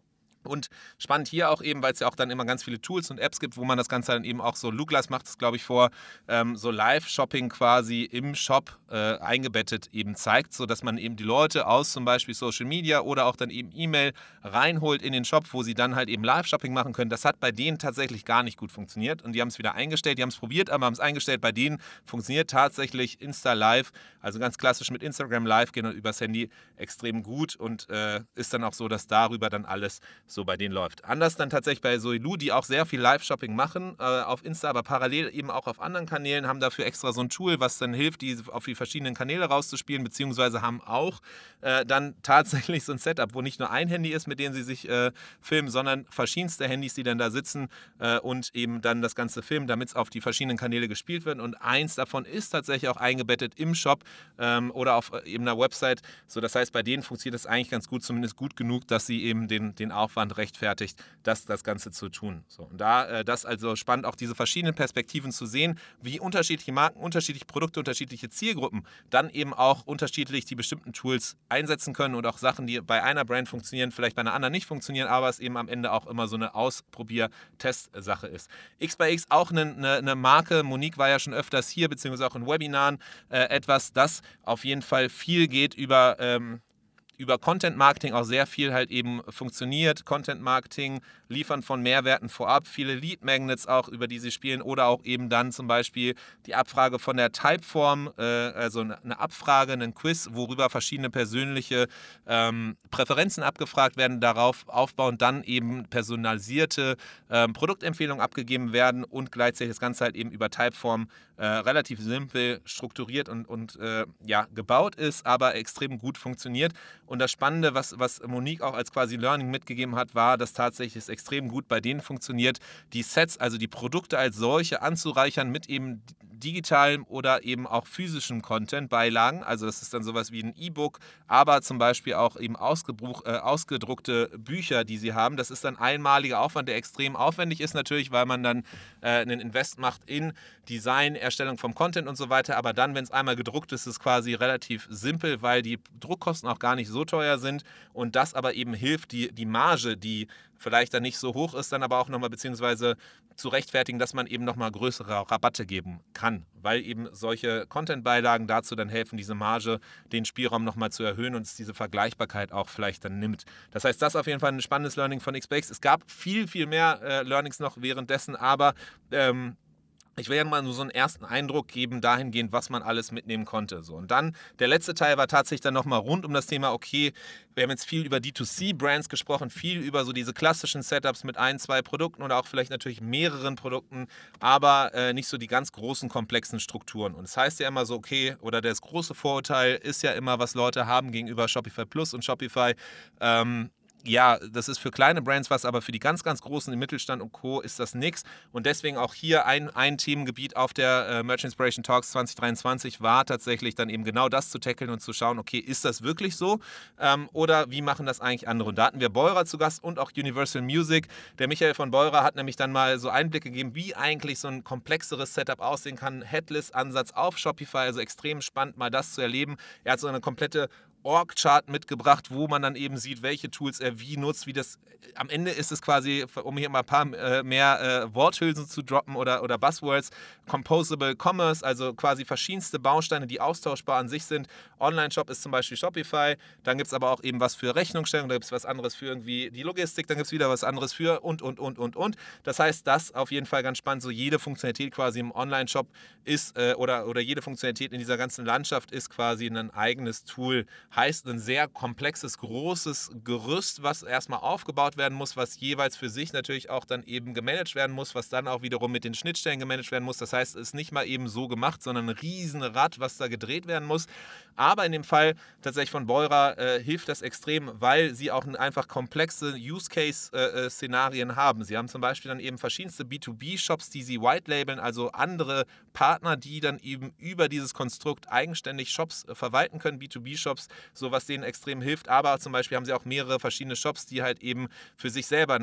Und spannend hier auch eben, weil es ja auch dann immer ganz viele Tools und Apps gibt, wo man das Ganze dann eben auch so, Douglas macht es, glaube ich, vor, so Live-Shopping quasi im Shop eingebettet eben zeigt, sodass man eben die Leute aus zum Beispiel Social Media oder auch dann eben E-Mail reinholt in den Shop, wo sie dann halt eben Live-Shopping machen können. Das hat bei denen tatsächlich gar nicht gut funktioniert und die haben es wieder eingestellt, die haben es probiert, aber haben es eingestellt. Bei denen funktioniert tatsächlich Insta-Live, also ganz klassisch mit Instagram Live gehen und übers Handy extrem gut und ist dann auch so, dass darüber dann alles so bei denen läuft. Anders dann tatsächlich bei Zoe Lu, die auch sehr viel Live-Shopping machen auf Insta, aber parallel eben auch auf anderen Kanälen, haben dafür extra so ein Tool, was dann hilft, die auf die verschiedenen Kanäle rauszuspielen, beziehungsweise haben auch dann tatsächlich so ein Setup, wo nicht nur ein Handy ist, mit dem sie sich filmen, sondern verschiedenste Handys, die dann da sitzen und eben dann das Ganze filmen, damit es auf die verschiedenen Kanäle gespielt wird. Und eins davon ist tatsächlich auch eingebettet im Shop oder auf eben einer Website. So, das heißt, bei denen funktioniert das eigentlich ganz gut, zumindest gut genug, dass sie eben den Aufwand Aufwand rechtfertigt, das Ganze zu tun. So, und da das also spannend, auch diese verschiedenen Perspektiven zu sehen, wie unterschiedliche Marken, unterschiedliche Produkte, unterschiedliche Zielgruppen dann eben auch unterschiedlich die bestimmten Tools einsetzen können und auch Sachen, die bei einer Brand funktionieren, vielleicht bei einer anderen nicht funktionieren, aber es eben am Ende auch immer so eine Ausprobier-Test-Sache ist. X auch eine Marke, Monique war ja schon öfters hier, beziehungsweise auch in Webinaren, etwas, das auf jeden Fall viel geht über Content Marketing auch sehr viel halt eben funktioniert. Content Marketing, Liefern von Mehrwerten vorab, viele Lead Magnets auch, über die sie spielen oder auch eben dann zum Beispiel die Abfrage von der Typeform, also eine Abfrage, einen Quiz, worüber verschiedene persönliche Präferenzen abgefragt werden, darauf aufbauend dann eben personalisierte Produktempfehlungen abgegeben werden und gleichzeitig das Ganze halt eben über Typeform relativ simpel strukturiert und gebaut ist, aber extrem gut funktioniert. Und das Spannende, was Monique auch als quasi Learning mitgegeben hat, war, dass tatsächlich es extrem gut bei denen funktioniert, die Sets, also die Produkte als solche anzureichern mit eben digitalem oder eben auch physischem Content, Beilagen. Also das ist dann sowas wie ein E-Book, aber zum Beispiel auch eben ausgedruckte Bücher, die sie haben. Das ist dann einmaliger Aufwand, der extrem aufwendig ist natürlich, weil man dann einen Invest macht in Design, Erstellung vom Content und so weiter. Aber dann, wenn es einmal gedruckt ist, ist es quasi relativ simpel, weil die Druckkosten auch gar nicht so teuer sind und das aber eben hilft, die Marge, die vielleicht dann nicht so hoch ist, dann aber auch nochmal beziehungsweise zu rechtfertigen, dass man eben nochmal größere Rabatte geben kann, weil eben solche Content-Beilagen dazu dann helfen, diese Marge, den Spielraum nochmal zu erhöhen und es diese Vergleichbarkeit auch vielleicht dann nimmt. Das heißt, das ist auf jeden Fall ein spannendes Learning von XBX. Es gab viel, viel mehr Learnings noch währenddessen, aber ich will ja mal nur so einen ersten Eindruck geben, dahingehend, was man alles mitnehmen konnte. So. Und dann, der letzte Teil war tatsächlich dann nochmal rund um das Thema, okay, wir haben jetzt viel über D2C-Brands gesprochen, viel über so diese klassischen Setups mit 1, 2 Produkten oder auch vielleicht natürlich mehreren Produkten, aber nicht so die ganz großen, komplexen Strukturen. Und es heißt ja immer so, okay, oder das große Vorurteil ist ja immer, was Leute haben gegenüber Shopify Plus und Shopify, ja, das ist für kleine Brands was, aber für die ganz, ganz großen im Mittelstand und Co. ist das nichts. Und deswegen auch hier ein Themengebiet auf der Merchant Inspiration Talks 2023 war tatsächlich dann eben genau das zu tackeln und zu schauen, okay, ist das wirklich so? Oder wie machen das eigentlich andere? Und da hatten wir Beurer zu Gast und auch Universal Music. Der Michael von Beurer hat nämlich dann mal so Einblicke gegeben, wie eigentlich so ein komplexeres Setup aussehen kann. Headless-Ansatz auf Shopify, also extrem spannend, mal das zu erleben. Er hat so eine komplette Org-Chart mitgebracht, wo man dann eben sieht, welche Tools er wie nutzt, wie das, am Ende ist es quasi, um hier mal ein paar mehr Worthülsen zu droppen oder Buzzwords, Composable Commerce, also quasi verschiedenste Bausteine, die austauschbar an sich sind. Online-Shop ist zum Beispiel Shopify, dann gibt es aber auch eben was für Rechnungsstellung, da gibt es was anderes für irgendwie die Logistik, dann gibt es wieder was anderes für und. Das heißt, das auf jeden Fall ganz spannend, so jede Funktionalität quasi im Online-Shop ist oder jede Funktionalität in dieser ganzen Landschaft ist quasi ein eigenes Tool. Heißt ein sehr komplexes, großes Gerüst, was erstmal aufgebaut werden muss, was jeweils für sich natürlich auch dann eben gemanagt werden muss, was dann auch wiederum mit den Schnittstellen gemanagt werden muss. Das heißt, es ist nicht mal eben so gemacht, sondern ein Riesenrad, was da gedreht werden muss. Aber in dem Fall tatsächlich von Beurer hilft das extrem, weil sie auch einfach komplexe Use-Case-Szenarien haben. Sie haben zum Beispiel dann eben verschiedenste B2B-Shops, die sie white-labeln, also andere Partner, die dann eben über dieses Konstrukt eigenständig Shops verwalten können, B2B-Shops, so was denen extrem hilft. Aber zum Beispiel haben sie auch mehrere verschiedene Shops, die halt eben für sich selber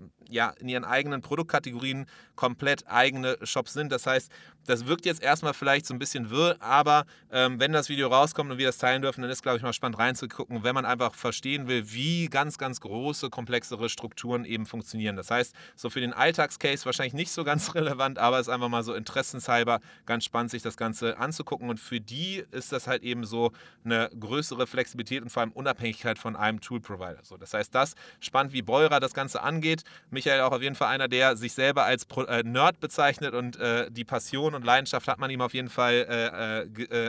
in ihren eigenen Produktkategorien komplett eigene Shops sind. Das heißt, das wirkt jetzt erstmal vielleicht so ein bisschen wirr, aber wenn das Video rauskommt und wir das teilen dürfen, dann ist, glaube ich, mal spannend reinzugucken, wenn man einfach verstehen will, wie ganz, ganz große, komplexere Strukturen eben funktionieren. Das heißt, so für den Alltagscase wahrscheinlich nicht so ganz relevant, aber es ist einfach mal so interessenshalber ganz spannend, sich das Ganze anzugucken. Und für die ist das halt eben so eine größere Flexibilität und vor allem Unabhängigkeit von einem Tool-Provider. So, das heißt, das spannend, wie Beurer das Ganze angeht. Michael auch auf jeden Fall einer, der sich selber als Nerd bezeichnet und die Passion und Leidenschaft hat man ihm auf jeden Fall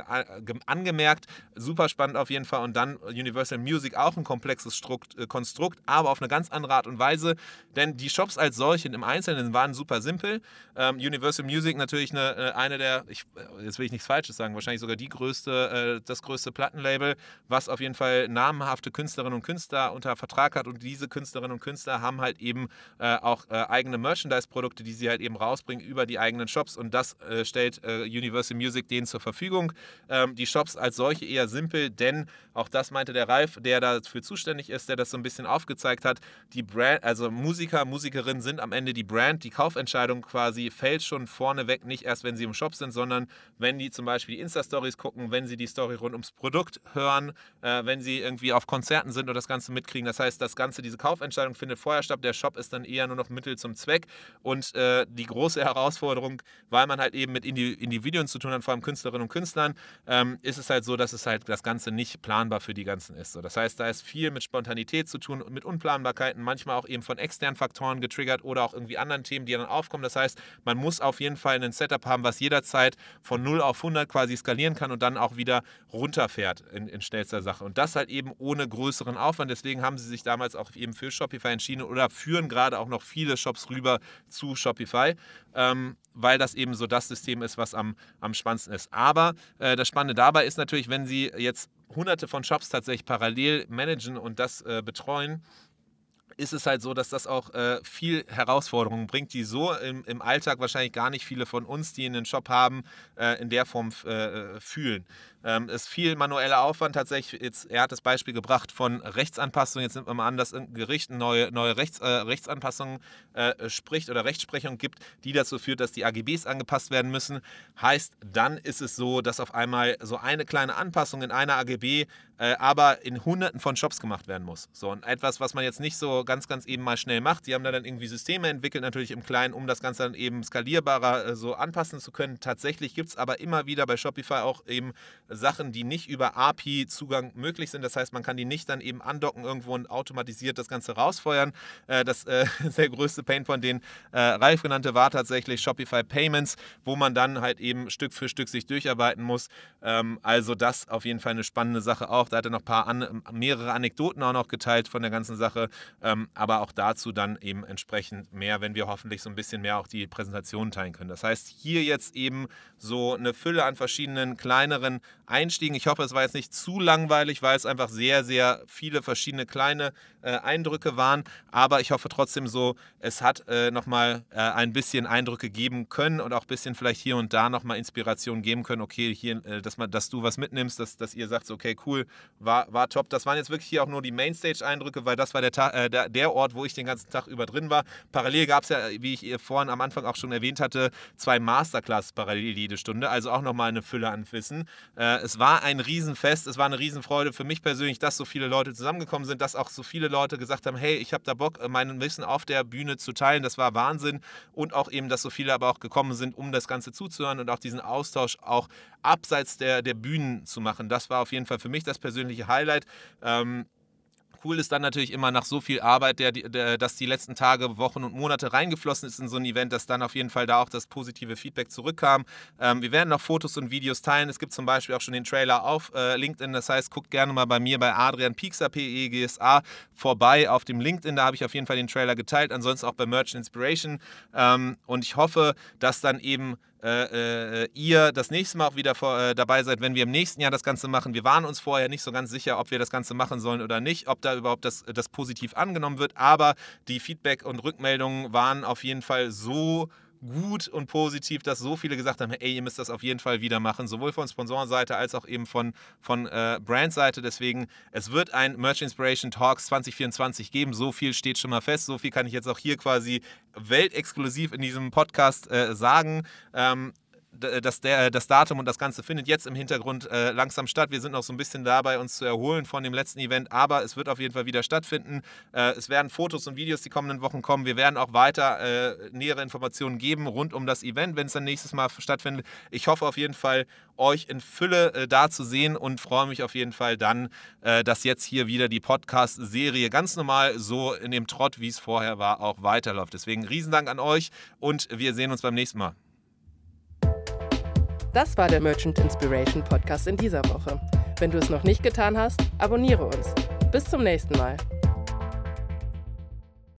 angemerkt. Super spannend auf jeden Fall. Und dann Universal Music, auch ein komplexes Konstrukt, aber auf eine ganz andere Art und Weise. Denn die Shops als solche im Einzelnen waren super simpel. Universal Music natürlich eine der, jetzt will ich nichts Falsches sagen, wahrscheinlich sogar das größte Plattenlabel, was auf jeden Fall namhafte Künstlerinnen und Künstler unter Vertrag hat und diese Künstlerinnen und Künstler haben halt eben auch eigene Merchandise-Produkte, die sie halt eben rausbringen über die eigenen Shops und das stellt Universal Music denen zur Verfügung. Die Shops als solche eher simpel, denn auch das meinte der Ralf, der dafür zuständig ist, der das so ein bisschen aufgezeigt hat, die Brand, also Musiker, Musikerinnen sind am Ende die Brand, die Kaufentscheidung quasi fällt schon vorneweg, nicht erst, wenn sie im Shop sind, sondern wenn die zum Beispiel die Insta-Stories gucken, wenn sie die Story rund ums Produkt hören, wenn sie irgendwie auf Konzerten sind und das Ganze mitkriegen. Das heißt, diese Kaufentscheidung findet vorher statt, der Shop ist dann eher nur noch Mittel zum Zweck und die große Herausforderung, weil man halt eben mit Individuen zu tun hat, vor allem Künstlerinnen und Künstlern, ist es halt so, dass es halt das Ganze nicht planbar für die ganzen ist. So, das heißt, da ist viel mit Spontanität zu tun und mit Unplanbarkeiten, manchmal auch eben von externen Faktoren getriggert oder auch irgendwie anderen Themen, die dann aufkommen. Das heißt, man muss auf jeden Fall ein Setup haben, was jederzeit von 0 auf 100 quasi skalieren kann und dann auch wieder runterfährt in schnellster Sache. Und das halt eben ohne größeren Aufwand. Deswegen haben sie sich damals auch eben für Shopify entschieden oder führen gerade auch noch viele Shops rüber zu Shopify, weil das eben so das System ist, was am spannendsten ist. Aber das Spannende dabei ist natürlich, wenn sie jetzt hunderte von Shops tatsächlich parallel managen und das betreuen, ist es halt so, dass das auch viel Herausforderungen bringt, die so im Alltag wahrscheinlich gar nicht viele von uns, die einen Shop haben, in der Form fühlen. Es ist viel manueller Aufwand tatsächlich. Er hat das Beispiel gebracht von Rechtsanpassungen. Jetzt nimmt man mal an, dass irgendein Gericht eine neue Rechtsanpassung spricht oder Rechtsprechung gibt, die dazu führt, dass die AGBs angepasst werden müssen. Heißt, dann ist es so, dass auf einmal so eine kleine Anpassung in einer AGB aber in Hunderten von Shops gemacht werden muss. So, und etwas, was man jetzt nicht so ganz eben mal schnell macht. Die haben da dann irgendwie Systeme entwickelt, natürlich im Kleinen, um das Ganze dann eben skalierbarer so anpassen zu können. Tatsächlich gibt es aber immer wieder bei Shopify auch eben Sachen, die nicht über API-Zugang möglich sind. Das heißt, man kann die nicht dann eben andocken irgendwo und automatisiert das Ganze rausfeuern. Der größte Painpoint, den Ralf genannte, war tatsächlich Shopify Payments, wo man dann halt eben Stück für Stück sich durcharbeiten muss. Also das auf jeden Fall eine spannende Sache auch. Da hat er noch mehrere Anekdoten auch noch geteilt von der ganzen Sache. Aber auch dazu dann eben entsprechend mehr, wenn wir hoffentlich so ein bisschen mehr auch die Präsentation teilen können. Das heißt, hier jetzt eben so eine Fülle an verschiedenen kleineren Einstiegen. Ich hoffe, es war jetzt nicht zu langweilig, weil es einfach sehr, sehr viele verschiedene kleine Eindrücke waren. Aber ich hoffe trotzdem so, es hat nochmal ein bisschen Eindrücke geben können und auch ein bisschen vielleicht hier und da nochmal Inspiration geben können. Okay, hier, dass du was mitnimmst, dass ihr sagt, okay, cool, war top. Das waren jetzt wirklich hier auch nur die Mainstage-Eindrücke, weil das war der Ort, wo ich den ganzen Tag über drin war. Parallel gab es ja, wie ich vorhin am Anfang auch schon erwähnt hatte, 2 Masterclass parallel jede Stunde, also auch nochmal eine Fülle an Wissen. Es war ein Riesenfest, es war eine Riesenfreude für mich persönlich, dass so viele Leute zusammengekommen sind, dass auch so viele Leute gesagt haben, hey, ich habe da Bock, mein Wissen auf der Bühne zu teilen, das war Wahnsinn und auch eben, dass so viele aber auch gekommen sind, um das Ganze zuzuhören und auch diesen Austausch auch abseits der Bühnen zu machen. Das war auf jeden Fall für mich das persönliche Highlight. Cool ist dann natürlich immer nach so viel Arbeit, dass die letzten Tage, Wochen und Monate reingeflossen ist in so ein Event, dass dann auf jeden Fall da auch das positive Feedback zurückkam. Wir werden noch Fotos und Videos teilen. Es gibt zum Beispiel auch schon den Trailer auf LinkedIn. Das heißt, guckt gerne mal bei mir, bei Adrian Piekser, PEGSA, vorbei auf dem LinkedIn. Da habe ich auf jeden Fall den Trailer geteilt. Ansonsten auch bei Merchant Inspiration. Und ich hoffe, dass dann eben ihr das nächste Mal auch wieder dabei seid, wenn wir im nächsten Jahr das Ganze machen. Wir waren uns vorher nicht so ganz sicher, ob wir das Ganze machen sollen oder nicht, ob da überhaupt das positiv angenommen wird, aber die Feedback und Rückmeldungen waren auf jeden Fall so gut und positiv, dass so viele gesagt haben, ey, ihr müsst das auf jeden Fall wieder machen, sowohl von Sponsorenseite als auch eben von Brandseite. Deswegen, es wird ein Merch Inspiration Talks 2024 geben. So viel steht schon mal fest. So viel kann ich jetzt auch hier quasi weltexklusiv in diesem Podcast sagen. Das Datum und das Ganze findet jetzt im Hintergrund langsam statt. Wir sind noch so ein bisschen dabei, uns zu erholen von dem letzten Event, aber es wird auf jeden Fall wieder stattfinden. Es werden Fotos und Videos die kommenden Wochen kommen. Wir werden auch weiter nähere Informationen geben rund um das Event, wenn es dann nächstes Mal stattfindet. Ich hoffe auf jeden Fall, euch in Fülle da zu sehen und freue mich auf jeden Fall dann, dass jetzt hier wieder die Podcast-Serie ganz normal so in dem Trott, wie es vorher war, auch weiterläuft. Deswegen Riesendank an euch und wir sehen uns beim nächsten Mal. Das war der Merchant Inspiration Podcast in dieser Woche. Wenn du es noch nicht getan hast, abonniere uns. Bis zum nächsten Mal.